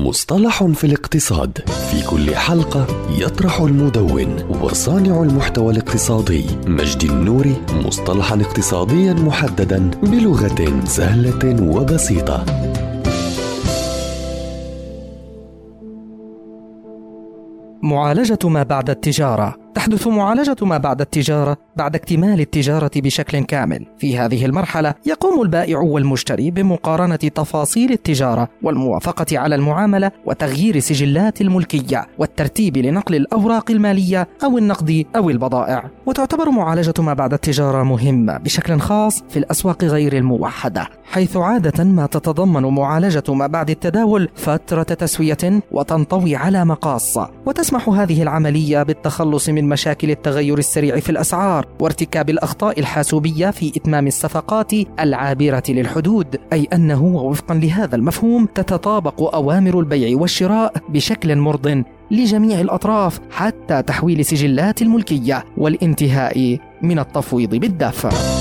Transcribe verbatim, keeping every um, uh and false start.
مصطلح في الاقتصاد. في كل حلقة يطرح المدون وصانع المحتوى الاقتصادي مجدي النوري مصطلحا اقتصاديا محددا بلغة سهلة وبسيطة. معالجة ما بعد التجارة. تحدث معالجة ما بعد التجارة بعد اكتمال التجارة بشكل كامل. في هذه المرحلة يقوم البائع والمشتري بمقارنة تفاصيل التجارة والموافقة على المعاملة وتغيير سجلات الملكية والترتيب لنقل الأوراق المالية أو النقد أو البضائع. وتعتبر معالجة ما بعد التجارة مهمة بشكل خاص في الأسواق غير الموحدة، حيث عادة ما تتضمن معالجة ما بعد التداول فترة تسوية وتنطوي على مقاص، وتسمح هذه العملية بالتخلص من مشاكل التغير السريع في الأسعار وارتكاب الأخطاء الحاسوبية في إتمام الصفقات العابرة للحدود، أي أنه وفقا لهذا المفهوم تتطابق أوامر البيع والشراء بشكل مرضٍ لجميع الأطراف حتى تحويل سجلات الملكية والانتهاء من التفويض بالدفع.